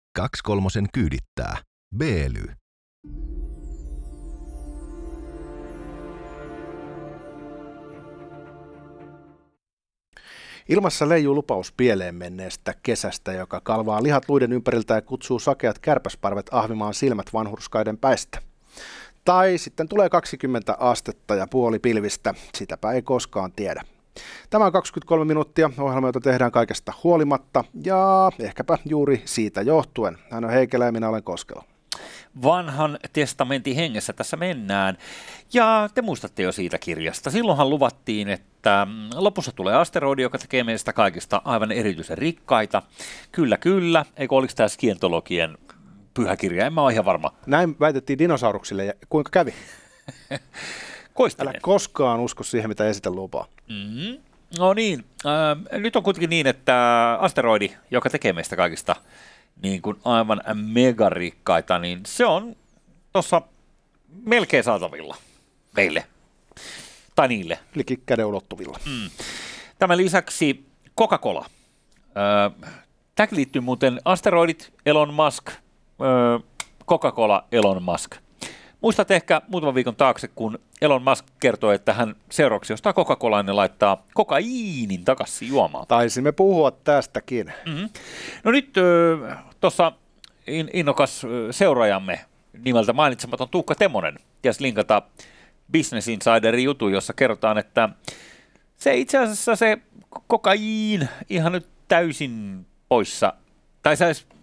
2/3 kyydittää. Beely. Ilmassa leijuu lupaus pieleen menneestä kesästä, joka kalvaa lihat luiden ympäriltä ja kutsuu sakeat kärpäsparvet ahvimaan silmät vanhurskaiden päistä. Tai sitten tulee 20 astetta ja puoli pilvistä, sitäpä ei koskaan tiedä. Tämä on 23 minuuttia, ohjelma, jota tehdään kaikesta huolimatta ja ehkäpä juuri siitä johtuen. Hän on Heikelä ja minä olen Koskelo. Vanhan testamentin hengessä tässä mennään. Ja te muistatte jo siitä kirjasta. Silloinhan luvattiin, että lopussa tulee asteroidi, joka tekee meistä kaikista aivan erityisen rikkaita. Kyllä, kyllä. Eikö oliko tämä skientologien pyhä kirja? En mä ole ihan varma. Näin väitettiin dinosauruksille ja kuinka kävi? Koistinen. Älä koskaan usko siihen, mitä esitä lupaa. Mm-hmm. No niin, nyt on kuitenkin niin, että asteroidi, joka tekee meistä kaikista niin kuin aivan megarikkaita, niin se on tuossa melkein saatavilla meille, tai niille. Liki käden ulottuvilla. Tämän lisäksi Coca-Cola. Tämäkin liittyy muuten asteroidit, Elon Musk, Coca-Cola, Elon Musk. Muistat ehkä muutaman viikon taakse, kun Elon Musk kertoi, että hän seuraavaksi ostaa Coca-Colaan ja laittaa kokaiinin takaisin juomaan. Taisimme puhua tästäkin. Mm-hmm. No nyt tuossa innokas seuraajamme nimeltä mainitsematon Tuukka Temonen ties linkata Business Insiderin jutun, jossa kerrotaan, että se itse asiassa se kokaiin ihan nyt täysin poissa, tai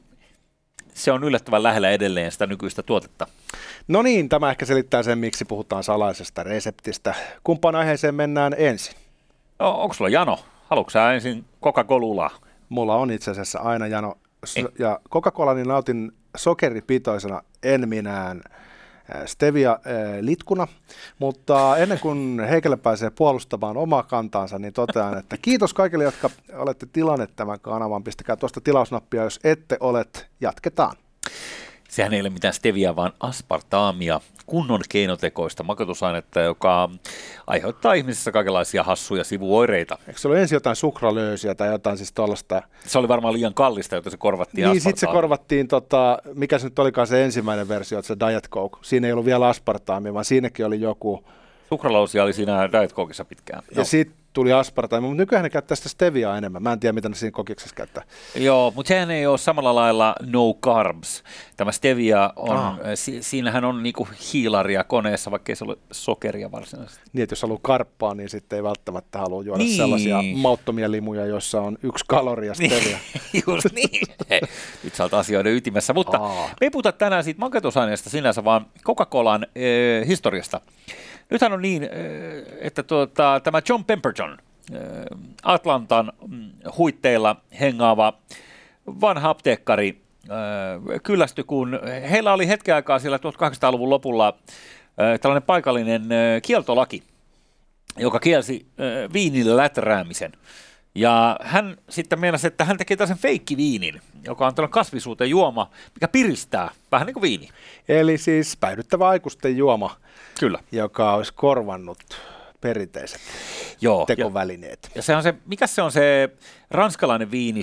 se on yllättävän lähellä edelleen sitä nykyistä tuotetta. No niin, tämä ehkä selittää sen, miksi puhutaan salaisesta reseptistä. Kumpaan aiheeseen mennään ensin? No, onko sulla jano? Haluatko sä ensin Coca-Colaa? Mulla on itse asiassa aina jano. Ja Coca-Colani nautin sokeripitoisena, en minään stevia-litkuna, mutta ennen kuin Heikelä pääsee puolustamaan omaa kantaansa, niin totean, että kiitos kaikille, jotka olette tilanneet tämän kanavan. Pistäkää tuosta tilausnappia, jos ette olet, jatketaan. Sehän ei ole mitään steviaa, vaan aspartaamia, kunnon keinotekoista makutusainetta, joka aiheuttaa ihmisissä kaikenlaisia hassuja sivuoireita. Eikö se ole ensin jotain sukralöösiä tai jotain siis tuollaista? Se oli varmaan liian kallista, jotta se korvattiin niin, aspartaamia. sitten se korvattiin, mikä se nyt olikaan se ensimmäinen versio, se Diet Coke. Siinä ei ollut vielä aspartaamia, vaan siinäkin oli joku. Sukraloosia oli siinä Diet Cokessa pitkään. Ja sitten tuli aspartaamia, mutta nykyään ne käyttää sitä steviaa enemmän. Mä en tiedä, mitä ne siinä kokiksessa käyttää. Joo, mutta sehän ei ole samalla lailla no carbs. Tämä stevia on, siinähän on niinku hiilaria koneessa, vaikka ei se ole sokeria varsinaisesti. Niin, että jos haluaa karppaa, niin sitten ei välttämättä halua juoda sellaisia mauttomia limuja, joissa on 1 kaloria stevia. Just niin. Nyt sä oot asioiden ytimessä, mutta me ei puhuta tänään siitä maketusaineesta sinänsä, vaan Coca-Colan historiasta. Nythän on niin, että tämä John Pemberton, Atlantan huitteilla hengaava vanha apteekkari, kyllästyi, kun heillä oli hetken aikaa siellä 1800-luvun lopulla tällainen paikallinen kieltolaki, joka kielsi viinille läträämisen. Ja hän sitten meinasi, että hän teki tällaisen feikkiviinin, joka on tällainen kasvisuuteen juoma, mikä piristää, vähän niin kuin viini. Eli siis päihdyttävä aikuisten juoma, kyllä, joka olisi korvannut perinteiset tekovälineet. Ja se on se, mikä se on se ranskalainen viini,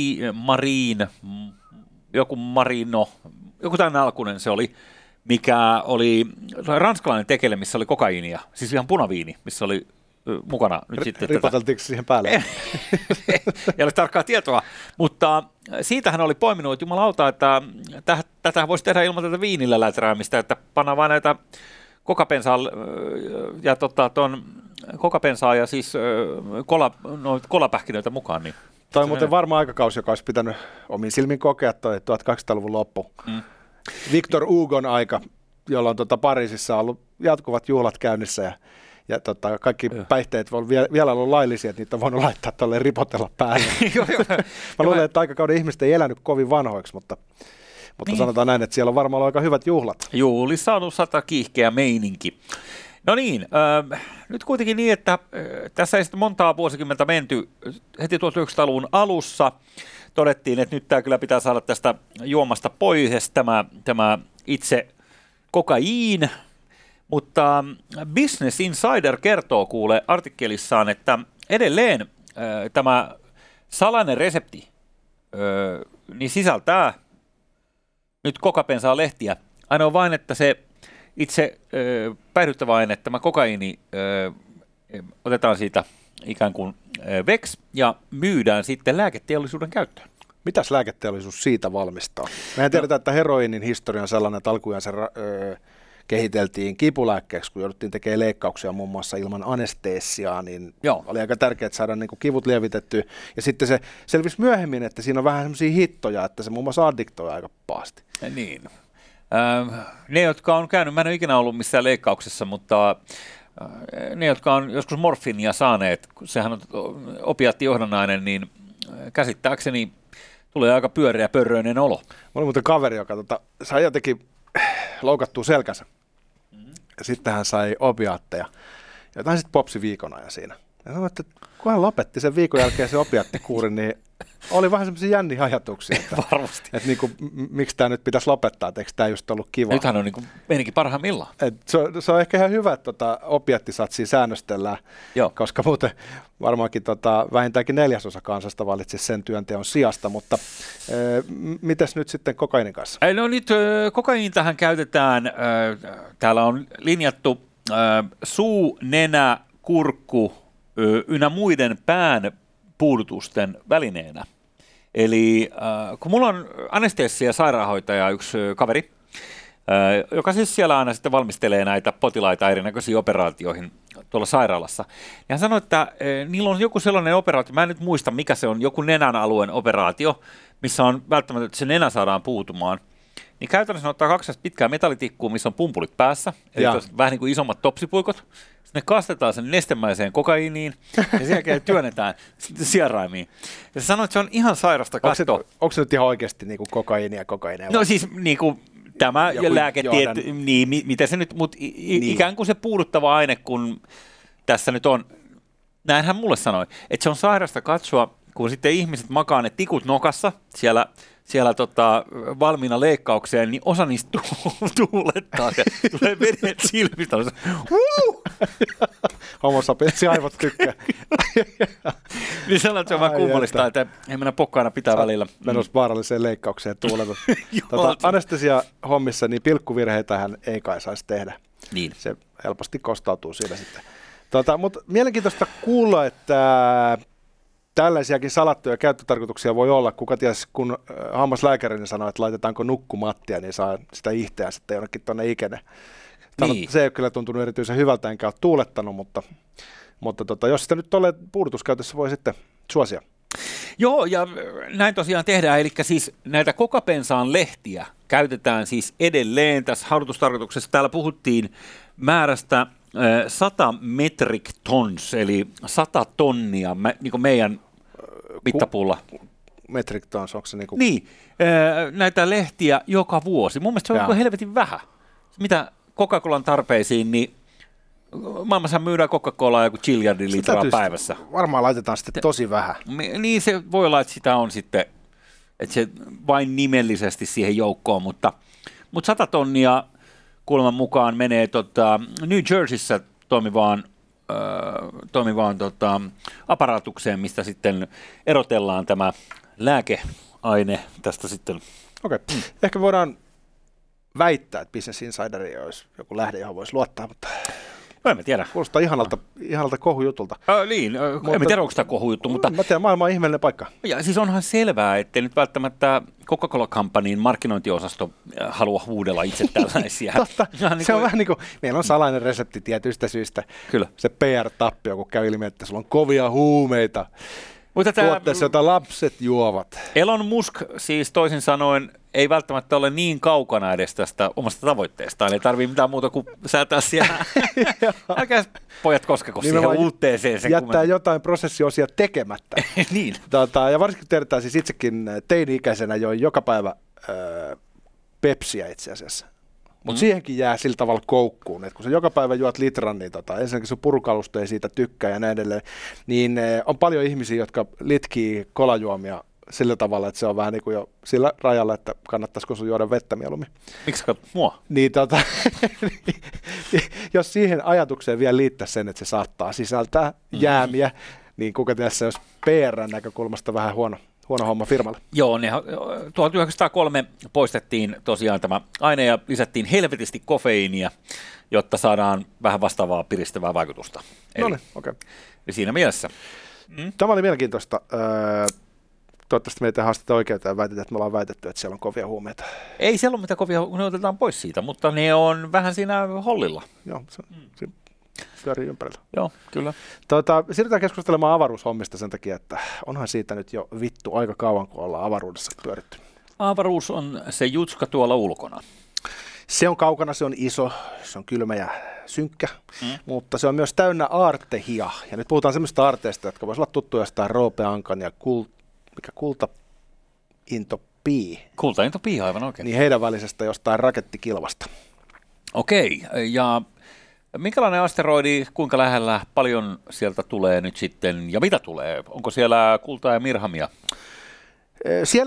Marino, joku tämän alkuinen se oli, mikä oli ranskalainen tekele, missä oli kokaiinia, siis ihan punaviini, missä oli mukana nyt sitten. Ripoteltiinko siihen päälle? Ei ole tarkkaa tietoa, mutta siitä hän oli poiminut, että jumalauta, että tätä voisi tehdä ilman tätä viinillä läträämistä, että pannaan vain näitä kokapensaa ja siis kolapähkinöitä mukaan. Niin. Tämä on muuten varmaan aikakausi, joka olisi pitänyt omin silmin kokea toi 1800-luvun loppu. Victor Hugon aika, jolloin Pariisissa on ollut jatkuvat juhlat käynnissä ja kaikki päihteet on vielä ollut laillisia, että niitä on voinut laittaa tolleen ripotella päälle. Mä luulen, että aikakauden ihmiset ei elänyt kovin vanhoiksi, mutta niin. Sanotaan näin, että siellä on varmaan ollut aika hyvät juhlat. Juhlissa on ollut 100 kiihkeä meininki. No niin, nyt kuitenkin niin, että tässä ei sitten montaa vuosikymmentä menty. Heti 1900-luvun alussa todettiin, että nyt tämä kyllä pitää saada tästä juomasta pois, tämä itse kokaiin. Mutta Business Insider kertoo kuule artikkelissaan, että edelleen tämä salainen resepti niin sisältää nyt kokapensaa lehtiä. Ainoa vain, että se itse päihdyttävä aine, tämä kokaiini, otetaan siitä ikään kuin VEX ja myydään sitten lääketeollisuuden käyttöön. Mitäs lääketeollisuus siitä valmistaa? Mehän tiedetään, että heroinin historia on sellainen, että alkujaan se kehiteltiin kipulääkkeeksi, kun jouduttiin tekemään leikkauksia muun muassa ilman anesteesiaa, niin oli aika tärkeää saada niin kuin kivut lievitettyä. Ja sitten se selvisi myöhemmin, että siinä on vähän semmoisia hittoja, että se muun muassa addiktoi aika pahasti. Niin. Ne, jotka on käynyt, mä en ole ikinä ollut missään leikkauksessa, mutta ne, jotka on joskus morfiinia saaneet, sehän on opiaattijohdannainen, niin käsittääkseni tulee aika pyöreä pörröinen olo. Mulla oli muuten kaveri, joka sai jotenkin loukattua selkänsä. Ja sitten hän sai opiaatteja. Jotain sitten popsi viikon ajan siinä. Ja sanoi, että kun hän lopetti sen viikon jälkeen se opiaattikuurin, niin oli vähän semmoisia jänniä ajatuksia. Että, varmasti. Että niin kuin, miksi tämä nyt pitäisi lopettaa, että eikö tämä just ollut kiva. Nythän on niin menikin parhaimmillaan. Se on ehkä ihan hyvä, että opiattisatsia säännöstellään, koska muuten varmaankin vähintäänkin 1/4 kansasta valitsisi sen työnteon sijasta, mutta mitäs nyt sitten kokainin kanssa? No nyt kokainin tähän käytetään, täällä on linjattu suu, nenä, kurkku ynnä muiden pään puudutusten välineenä. Eli kun mulla on anesteesia sairaanhoitaja yksi kaveri, joka siis siellä aina sitten valmistelee näitä potilaita erinäköisiin operaatioihin tuolla sairaalassa. Ja hän sanoi, että niillä on joku sellainen operaatio, mä en nyt muista mikä se on, joku nenän alueen operaatio, missä on välttämättä, että se nenä saadaan puutumaan. Niin käytännössä ottaa 2 pitkää metallitikkua, missä on pumpulit päässä, eli vähän niin kuin isommat topsipuikot. Sitten ne kastetaan sen nestemäiseen kokaiiniin ja sen jälkeen työnnetään sitten sieraimiin. Ja se sanoo, että se on ihan sairasta katsoa. Onko se nyt ihan oikeasti niin kuin kokaiinia? No siis niin kuin tämä lääketiede, niin miten se nyt, mutta ikään kuin se puuduttava aine, kun tässä nyt on, näinhän mulle sanoi, että se on sairasta katsoa, kun sitten ihmiset makaa ne tikut nokassa siellä valmiina leikkaukseen, niin osa niistä tuulettaa ja tulee vedet silmistä. Homo sapiensi aivot tykkää. Niin sellainen, että se on vähän kummallista, että ei mennä pokkaana pitää välillä. Menossa vaaralliseen leikkaukseen tuuletut. Anestesia-hommissa niin pilkkuvirheitähän ei kai saisi tehdä. Niin. Se helposti kostautuu siinä sitten. Mutta mielenkiintoista kuulla, että tällaisiakin salattuja käyttötarkoituksia voi olla. Kuka ties, kun hammaslääkärini sanoi, että laitetaanko nukkumattia, niin saa sitä ihteä sitten jonnekin tuonne ikene. Niin. Se ei ole kyllä tuntunut erityisen hyvältä, enkä ole tuulettanut, mutta jos sitä nyt ole puudutuskäytössä, voi sitten suosia. Joo, ja näin tosiaan tehdään, eli siis näitä kokapensaan lehtiä käytetään siis edelleen tässä haudutustarkoituksessa. Täällä puhuttiin määrästä 100 metric tons, eli 100 tonnia, niin kuin meidän mittapuulla. Metric tons, onko se niin kuin? Niin, näitä lehtiä joka vuosi. Mun mielestä se on helvetin vähän. Mitä Coca-Colan tarpeisiin, niin maailmassa myydään Coca-Colaa joku chiliardin litraa päivässä. Varmaan laitetaan sitten tosi vähän. Niin se voi olla, että sitä on sitten, että se vain nimellisesti siihen joukkoon, mutta 100 tonnia kuuleman mukaan menee New Jerseyssä toimivaan aparaatukseen, mistä sitten erotellaan tämä lääkeaine tästä sitten. Okei. Ehkä voidaan väittää, että Business Insideri olisi joku lähde, johon voisi luottaa, mutta no en mä tiedä. Kuulostaa ihanalta kohujutulta. Niin, en tiedä, onko tämä kohujuttu, mutta mä tiedän, maailma on ihmeellinen paikka. Ja siis onhan selvää, ettei nyt välttämättä Coca-Cola-kampanjan markkinointiosasto halua huudella itse tällaisia. Totta, se on vähän niin kuin, meillä on salainen resepti tietyistä syistä. Kyllä. Se PR-tappio, kun käy ilmi, että sulla on kovia huumeita. Tuotteessa, jota lapset juovat. Elon Musk siis toisin sanoen ei välttämättä ole niin kaukana edes tästä omasta tavoitteestaan. Ei tarvitse mitään muuta kuin säätää siellä. Älkää pojat koskeko siihen uutteeseen. Jättää jotain prosessiosia tekemättä. Niin. Ja varsinkin tiedetään, siis itsekin teini-ikäisenä join joka päivä Pepsiä itse asiassa. Mutta siihenkin jää sillä tavalla koukkuun, että kun sä joka päivä juot litran, niin ensinnäkin sun purukalusto ei siitä tykkää ja näin edelleen, niin on paljon ihmisiä, jotka litkii kolajuomia sillä tavalla, että se on vähän niin kuin jo sillä rajalla, että kannattaisiko sun juoda vettä mieluummin. Miksi mua? Niin, jos siihen ajatukseen vielä liittää sen, että se saattaa sisältää jäämiä, niin kuka tiedä, se olisi PR:n näkökulmasta vähän huono homma firmalle. Joo, 1903 poistettiin tosiaan tämä aine ja lisättiin helvetisti kofeiinia, jotta saadaan vähän vastaavaa piristävää vaikutusta. No niin, okei. Siinä mielessä. Tämä oli mielenkiintoista. Toivottavasti meitä ei haasteta oikeuteen ja väitetään, että me ollaan väitetty, että siellä on kovia huumeita. Ei siellä ole mitään kovia, ne otetaan pois siitä, mutta ne on vähän siinä hollilla. Joo, se pyörii ympärillä. Joo, kyllä. Siirrytään keskustelemaan avaruushommista sen takia, että onhan siitä nyt jo vittu aika kauan, kun ollaan avaruudessa pyöritty. Avaruus on se jutska tuolla ulkona. Se on kaukana, se on iso, se on kylmä ja synkkä, mutta se on myös täynnä aartehia. Ja nyt puhutaan semmoista aarteista, jotka voisivat olla tuttuja jostain Roope Ankan ja Kultainto Pi. Kultainto Pi, aivan oikein. Niin heidän välisestä jostain rakettikilvasta. Okei, ja minkälainen asteroidi, kuinka lähellä, paljon sieltä tulee nyt sitten, ja mitä tulee? Onko siellä kultaa ja mirhamia? Siellä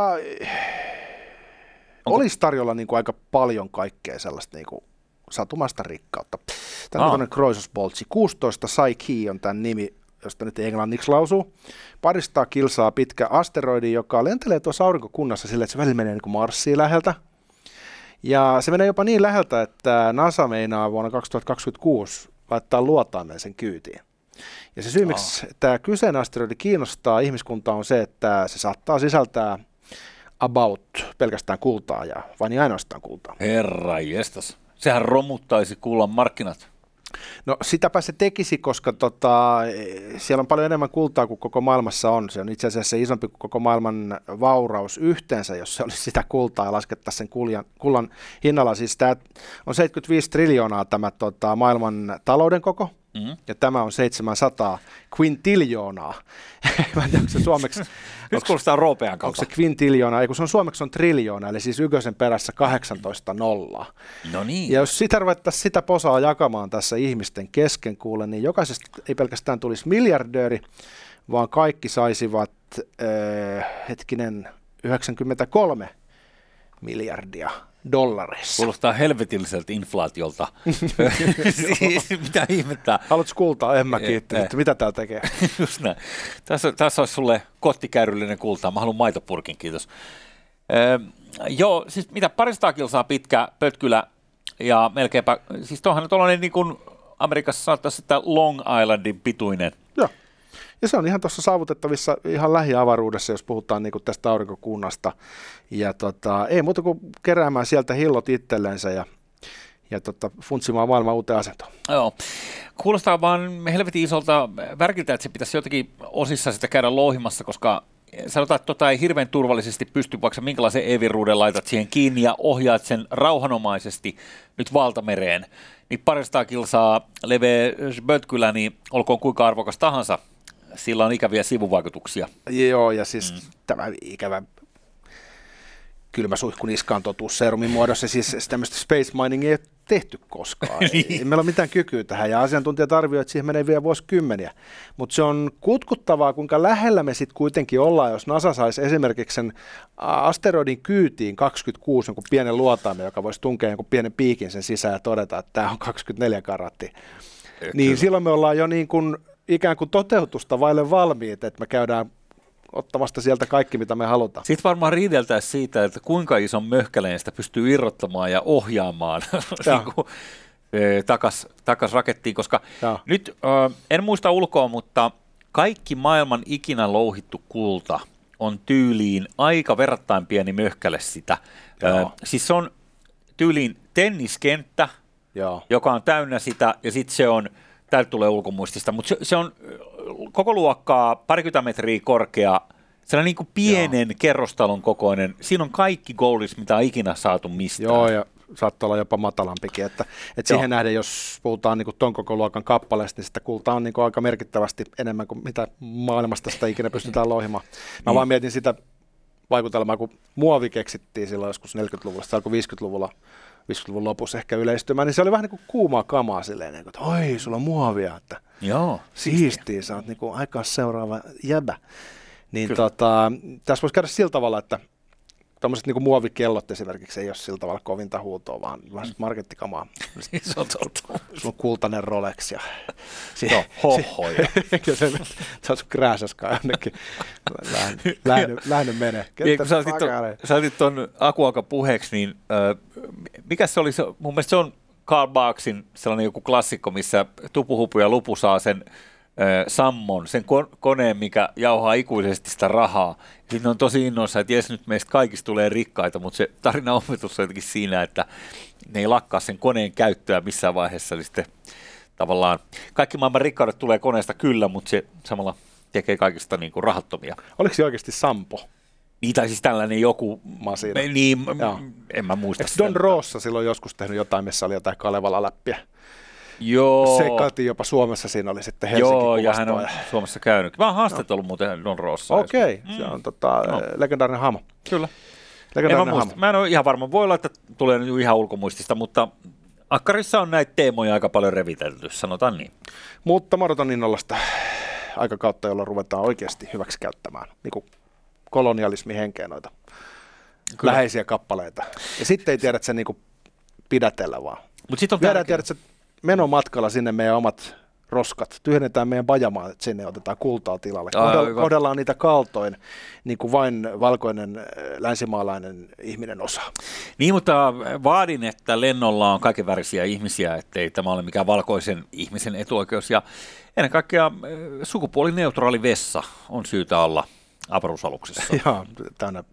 olisi tarjolla niin kuin aika paljon kaikkea sellaista niin kuin satumasta rikkautta. Tämä on Kroisos-Boltsi. 16 Psyche on tämän nimi, josta nyt englanniksi lausuu. 200 kilsaa pitkä asteroidi, joka lentelee tuossa aurinkokunnassa sillä, että se välillä menee niin kuin Marsiin läheltä. Ja se menee jopa niin läheltä, että NASA meinaa vuonna 2026 laittaa luotaimen sen kyytiin. Ja se syy, miksi tämä kyseinen asteroidi kiinnostaa ihmiskuntaa, on se, että se saattaa sisältää pelkästään kultaa ja vain ainoastaan kultaa. Herra jestas. Sehän romuttaisi kullan markkinat. No sitäpä se tekisi, koska siellä on paljon enemmän kultaa kuin koko maailmassa on. Se on itse asiassa isompi kuin koko maailman vauraus yhteensä, jos se olisi sitä kultaa ja laskettaisiin sen kullan hinnalla. Siis tämä on 75 triljoonaa tämä maailman talouden koko. Ja tämä on 700 quintiljoonaa. Mä en tiedä, onko se suomeksi. Nyt kuulostaa Roopean kautta. Onko se quintiljoonaa? Ei, kun se on suomeksi on triljoona, eli siis ykösen perässä 18 nollaa. No niin. Ja jos sitä ruvettaisiin sitä posaa jakamaan tässä ihmisten kesken kuulen, niin jokaisesta ei pelkästään tulisi miljardööri, vaan kaikki saisivat 93 miljardia dollareissa. Kuulostaa helvetilliseltä inflaatiolta. Siis, mitä ihmettä? Haluatko kultaa? En mä kiittänyt. Mitä tää tekee? Just näin. Tässä olisi sulle kottikäyryllinen kultaa. Mä haluan maitopurkin, kiitos. Joo, siis mitä 200 kilsaa pitkä pötkylä ja melkeinpä, siis tuohan on tuollainen niin kuin Amerikassa sanottaisiin, että Long Islandin pituinen. Joo. Ja se on ihan tuossa saavutettavissa ihan lähiavaruudessa, jos puhutaan niin kuin tästä aurinkokunnasta. Ja ei muuta kuin keräämään sieltä hillot itsellensä ja funtsimaan maailman uuteen asentoon. Joo. Kuulostaa vaan helvetin isolta värkiltä, että se pitäisi jotenkin osissa sitä käydä louhimassa, koska sanotaan, että ei hirveän turvallisesti pysty, vaikka minkälaisen eviruuden laitat siihen kiinni ja ohjaat sen rauhanomaisesti nyt valtamereen, niin 200 kilsaa leveä pötkylä, niin olkoon kuinka arvokas tahansa, sillä on ikäviä sivuvaikutuksia. Joo, ja siis tämä ikävä kylmä suihku niskaan totuusseerumin muodossa, siis tämmöistä space miningia ei tehty koskaan. Ei meillä ole mitään kykyä tähän, ja asiantuntijat arvioivat, että siihen menee vielä vuosikymmeniä. Mutta se on kutkuttavaa, kuinka lähellä me sitten kuitenkin ollaan, jos NASA saisi esimerkiksi sen asteroidin kyytiin 26 jonkun pienen luotaimen, joka voisi tunkea jonkun pienen piikin sen sisään ja todeta, että tämä on 24 karattia. Niin silloin me ollaan jo niin kuin ikään kuin toteutusta vaille valmiit, että me käydään ottamasta sieltä kaikki, mitä me halutaan. Sitten varmaan riideltäisiin siitä, että kuinka ison möhkäleen sitä pystyy irrottamaan ja ohjaamaan takas rakettiin, koska nyt en muista ulkoa, mutta kaikki maailman ikinä louhittu kulta on tyyliin aika verrattain pieni möhkäle sitä. Siis se on tyyliin tenniskenttä, joka on täynnä sitä, ja sitten se on, täältä tulee ulkomuistista, mutta se on koko luokkaa 20 metriä korkea, sellainen niin kuin pienen kerrostalon kokoinen. Siinä on kaikki goalis, mitä on ikinä saatu mistään. Joo, ja saattaa olla jopa matalampikin. Että siihen nähden, jos puhutaan niin kuin ton koko luokan kappaleesta, niin sitä kultaa on niin kuin aika merkittävästi enemmän kuin mitä maailmasta sitä ikinä pystytään louhimaan. Mä vaan mietin sitä vaikutelmaa, kun muovi keksittiin silloin joskus 40-luvulla, se alkoi 50-luvun lopussa ehkä yleistymään, niin se oli vähän niin kuin kuumaa kamaa silleen, että oi, sulla on muovia, että siistiä, sä oot niin kuin aikaa seuraava jäbä. Niin tässä voisi käydä sillä tavalla, että Tuommoiset niin muovikellot esimerkiksi ei ole sillä tavalla kovinta huutoa, vaan markettikamaa. Se on totta. Sulla on kultainen Rolex ja hohoja. Se on sun krääsäskaan jonnekin. Lähden menee. Kun sä otit tuon Akuakan puheeksi, niin mikä se oli? Mun mielestä se on Karl Barksin sellainen joku klassikko, missä Tupuhupu ja Lupu saa sen sammon, sen koneen, mikä jauhaa ikuisesti sitä rahaa. Sitten on tosi innoissa, että jes, nyt meistä kaikista tulee rikkaita, mutta se tarina opetus on jotenkin siinä, että ne ei lakkaa sen koneen käyttöä missään vaiheessa. Eli sitten tavallaan kaikki maailman rikkaudet tulee koneesta kyllä, mutta se samalla tekee kaikista niin kuin rahattomia. Oliko se oikeasti Sampo? Niin, tai siis tällainen joku Masina. Niin, en mä muista. Eikö Don Rossa silloin joskus tehnyt jotain, missä oli jotain Kalevala-läppiä? Joo. Sekaatiin jopa Suomessa, siinä oli sitten Helsinki. Joo, ja hän on Suomessa käynyt. Mä oon haastatellut muuten Don Rossa. Okei, se on legendaarinen hahmo. Kyllä. Legendaarinen hahmo. Mä en ole ihan varma, voi olla, että tulee nyt ihan ulkomuistista, mutta Akkarissa on näitä teemoja aika paljon revitelty, sanotaan niin. Mutta mä odotan innolla sitä aikakautta, jolla ruvetaan oikeasti hyväksi käyttämään niin kuin kolonialismin henkeä noita läheisiä kappaleita. Ja sitten ei tiedä, että se niin kuin pidätellä vaan. Viedään tiedä, että se menomatkalla sinne meidän omat roskat, tyhjennetään meidän bajamaat, että sinne otetaan kultaa tilalle. Kohdellaan niitä kaltoin, niin kuin vain valkoinen länsimaalainen ihminen osaa. Niin, mutta vaadin, että lennolla on kaikenvärisiä ihmisiä, ettei tämä ole mikään valkoisen ihmisen etuoikeus. Ja ennen kaikkea sukupuolineutraali vessa on syytä olla avaruusaluksessa. Joo, täynnä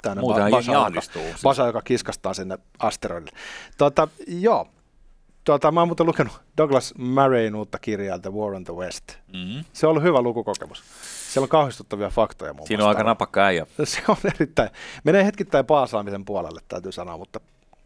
Basa, joka kiskastaa sinne asteroidille. Joo. Mä oon muuten lukenut Douglas Murrayn uutta kirjaa The War on the West. Mm-hmm. Se on ollut hyvä lukukokemus. Siellä on kauhistuttavia faktoja muun muassa. Siinä on aika napakka äijä. Se on erittäin. Menee hetkittäin paasaamisen puolelle, täytyy sanoa, mutta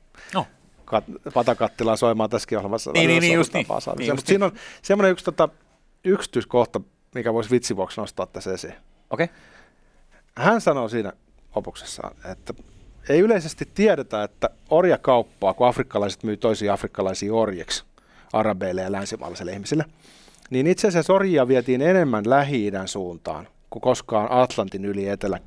patakattilaa soimaan tässäkin ohjelmassa. Niin, just niin. Mutta siinä on semmoinen yksi yksityiskohta, mikä voisi vitsivuoksi nostaa tässä esiin. Okei. Hän sanoo siinä opuksessaan, että ei yleisesti tiedetä, että orjakauppaa, kun afrikkalaiset myy toisia afrikkalaisia orjiksi arabeille ja länsimaalaisille ihmisille, niin itse asiassa orjia vietiin enemmän Lähi-idän suuntaan kuin koskaan Atlantin yli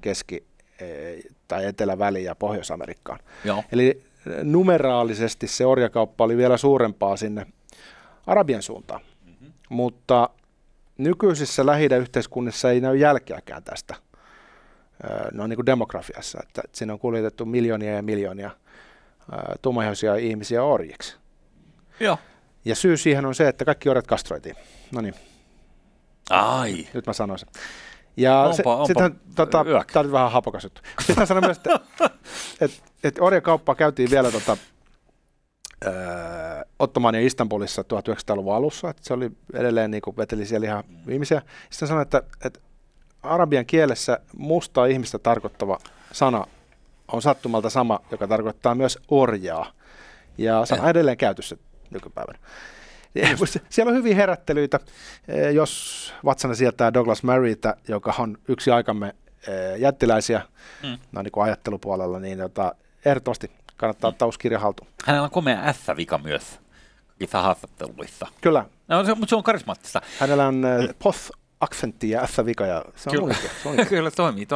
tai Etelä-Väli- ja Pohjois-Amerikkaan. Joo. Eli numeraalisesti se orjakauppa oli vielä suurempaa sinne Arabian suuntaan, mutta nykyisissä Lähi-idän yhteiskunnissa ei näy jälkeäkään tästä. No niin kuin demografiassa, että siinä on kuljetettu miljoonia ja miljoonia tummaihoisia ihmisiä orjiksi. Joo. Ja syy siihen on se, että kaikki orjat kastroitiin. No niin. Ai. Nyt mä sanoin sen. Ja sitten tämä on vähän hapokas juttu. Sitten hän sanoi myös, että orjakauppaa käytiin vielä Ottoman ja Istanbulissa 1900-luvun alussa, että se oli edelleen niin kuin veteli siellä ihan ihmisiä. Sitten sanoi, että arabian kielessä mustaa ihmistä tarkoittava sana on sattumalta sama, joka tarkoittaa myös orjaa. Ja sana on edelleen käytössä nykypäivänä. Siellä on hyviä herättelyitä. Jos vatsana sieltää Douglas Murrayta, joka on yksi aikamme jättiläisiä no niin kuin ajattelupuolella, niin ehdottomasti kannattaa ottaa uusi kirja haltuun. Hänellä on komea S-vika myös kaikissa haastatteluissa. Kyllä. No, mutta se on karismaattista. Hänellä on poth-aksentti ja S-vika ja se on unikea. Kyllä, toimii.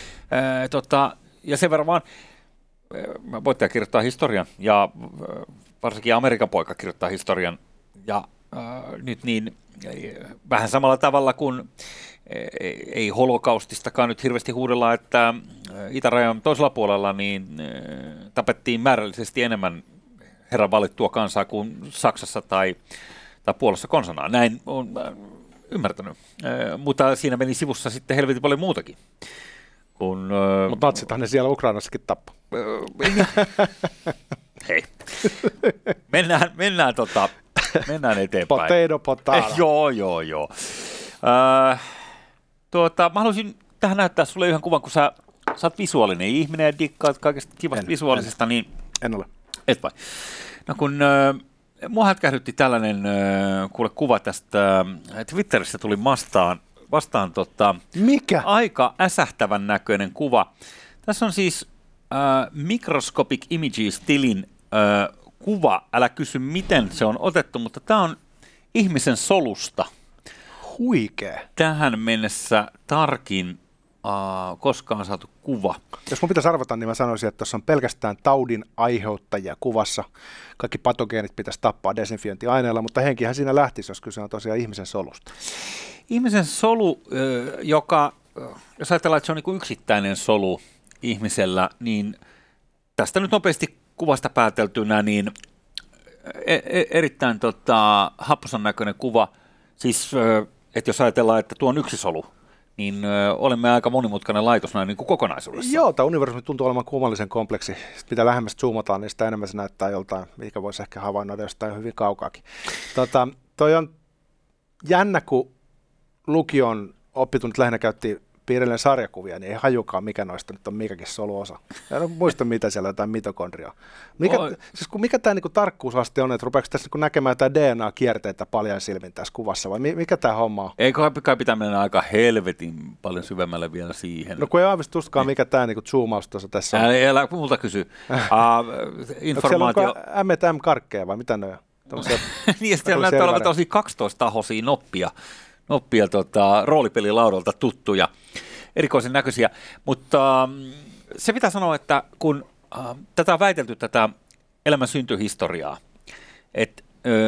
Ja sen verran vaan, voittaja kirjoittaa historian ja varsinkin Amerikan poika kirjoittaa historian ja nyt niin vähän samalla tavalla kuin ei holokaustistakaan nyt hirveästi huudella, että itärajan toisella puolella niin tapettiin määrällisesti enemmän herran valittua kansaa kuin Saksassa tai Puolassa konsanaan. Näin on ymmärtänyt, mutta siinä meni sivussa sitten helvetin paljon muutakin. Mutta natsithan ne siellä Ukrainassakin tappoi. Hei, mennään eteenpäin. Potato. Joo. Mä haluaisin tähän näyttää sulle yhden kuvan, kun sä oot visuaalinen ihminen ja dikkaat kaikesta kivasta visuaalisesta, niin... En ole. Et vai. No kun mua hätkähdytti tällainen kuva tästä, Twitterissä tuli vastaan Mikä? Aika äsähtävän näköinen kuva. Tässä on siis Microscopic Images-tilin kuva. Älä kysy, miten se on otettu, mutta tämä on ihmisen solusta. Huikea. Tähän mennessä tarkin koskaan saatu kuva. Jos mun pitäisi arvata, niin mä sanoisin, että tuossa on pelkästään taudin aiheuttajia kuvassa. Kaikki patogeenit pitäisi tappaa desinfiointiaineella, mutta henkihän siinä lähtisi, jos kyse on tosiaan ihmisen solusta. Ihmisen solu, joka, jos ajatellaan, että se on niin kuin yksittäinen solu ihmisellä, niin tästä nyt nopeasti kuvasta pääteltynä, niin erittäin happosan näköinen kuva. Siis, että jos ajatellaan, että tuo on yksi solu, niin olemme aika monimutkainen laitos näin niin kuin kokonaisuudessa. Joo, tämä universumi tuntuu olevan kummallisen kompleksi. Sitten mitä lähemmäs zoomataan, niin sitä enemmän se näyttää joltain, mikä voisi ehkä havainnoida jostain hyvin kaukaakin. Toi on jännä, kun lukion oppitunnit lähinnä käytti piirrellen sarjakuvia, niin ei hajukaan, mikä noista nyt on mikäkin soluosa. En muista, mitä siellä jotain mitokondriaa. Mikä tämä niinku tarkkuusaste on, että rupeeko tässä niinku näkemään jotain DNA-kierteitä paljon silmin tässä kuvassa, vai mikä tämä homma on? Ei kai pitää mennä aika helvetin paljon syvemmälle vielä siihen. No kun ei aavistustakaan, mikä tämä niinku zoomaus tuossa tässä on. Älä multa kysy. Informaatio... Onko siellä M&M-karkkeja vai mitä ne on? Niin, siellä näyttää olevan tosi 12-tahoisia noppia roolipelilaudalta tuttuja, erikoisen näköisiä, mutta se pitää sanoa, että kun tätä on väitelty tätä elämän syntyhistoriaa, että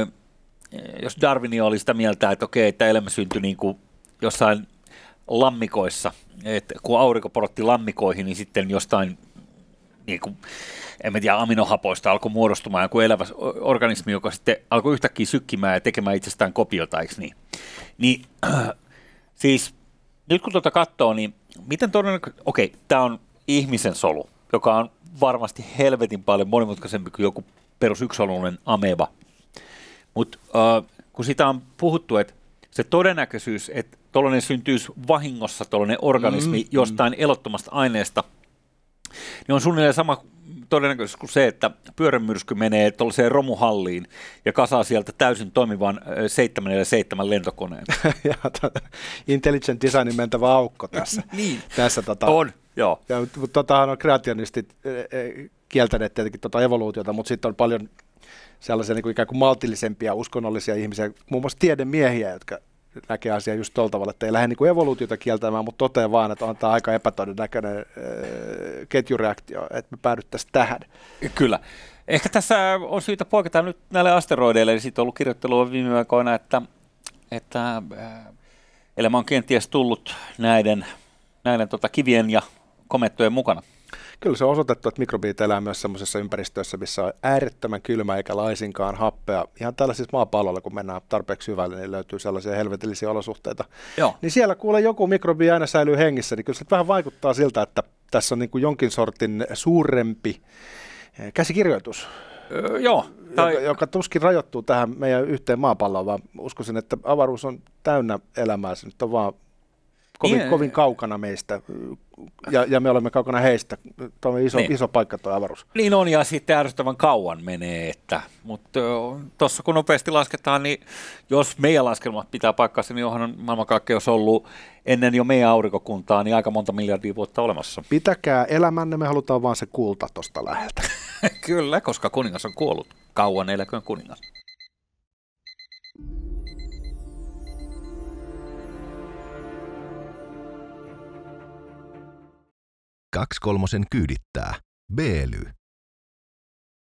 jos Darwin oli sitä mieltä, että okei, että elämä syntyi niin kuin jossain lammikoissa, että kun aurinko porotti lammikoihin, niin sitten jostain niin kuin, en tiedä, aminohapoista alkoi muodostumaan joku elävä organismi, joka sitten alkoi yhtäkkiä sykkimään ja tekemään itsestään kopiota, eikö niin? Niin siis nyt kun katsoo, niin miten todennäköisesti, okei, tämä on ihmisen solu, joka on varmasti helvetin paljon monimutkaisempi kuin joku perus yksisoluinen ameba. Mutta kun sitä on puhuttu, että se todennäköisyys, että tuollainen syntyisi vahingossa tuollainen organismi jostain elottomasta aineesta, niin on suunnilleen sama todennäköisesti kuin se, että pyörämyrsky menee tuollaiseen romuhalliin ja kasaa sieltä täysin toimivan 747 lentokoneen. Ja intelligent designin mentävä aukko tässä. Niin, tässä, on, joo. Mutta totahan on kreationistit kieltäneet tietenkin evoluutiota, mutta sitten on paljon sellaisia niin kuin ikään kuin maltillisempia uskonnollisia ihmisiä, muun muassa tiedemiehiä, jotka näkee asiaa just tuolla tavalla, että ei lähde niin evoluutiota kieltämään, mutta toteaa vaan, että on tämä aika epätodennäköinen ketjureaktio, että me päädyttäisiin tähän. Kyllä. Ehkä tässä on syytä poiketa nyt näille asteroideille, eli siitä on ollut kirjoittelua viime aikoina, että elämä on kenties tullut näiden kivien ja komettojen mukana. Kyllä se on osoitettu, että mikrobiit elää myös sellaisessa ympäristössä, missä on äärettömän kylmä eikä laisinkaan happea. Ihan tällaisissa maapallolla, kun mennään tarpeeksi syvälle, niin löytyy sellaisia helvetillisiä olosuhteita. Joo. Niin siellä kuule joku mikrobi aina säilyy hengissä, niin kyllä se vähän vaikuttaa siltä, että tässä on niin kuin jonkin sortin suurempi käsikirjoitus. Joo. Joka tuskin rajoittuu tähän meidän yhteen maapalloon, vaan uskoisin, että avaruus on täynnä elämää. Se nyt on vaan kovin kaukana meistä, ja me olemme kaukana heistä. Tuo on iso paikka tuo avaruus. Niin on, ja sitten ärsyttävän kauan menee. Mutta tuossa kun nopeasti lasketaan, niin jos meidän laskelmat pitää paikkaansa, niin onhan maailmankaikkeus ollut ennen jo meidän aurinkokuntaa, niin aika monta miljardia vuotta olemassa. Pitäkää elämänne, me halutaan vaan se kulta tuosta läheltä. Kyllä, koska kuningas on kuollut. Kauan eläköön kuningas. Kaksi kolmosen kyydittää. B-ly.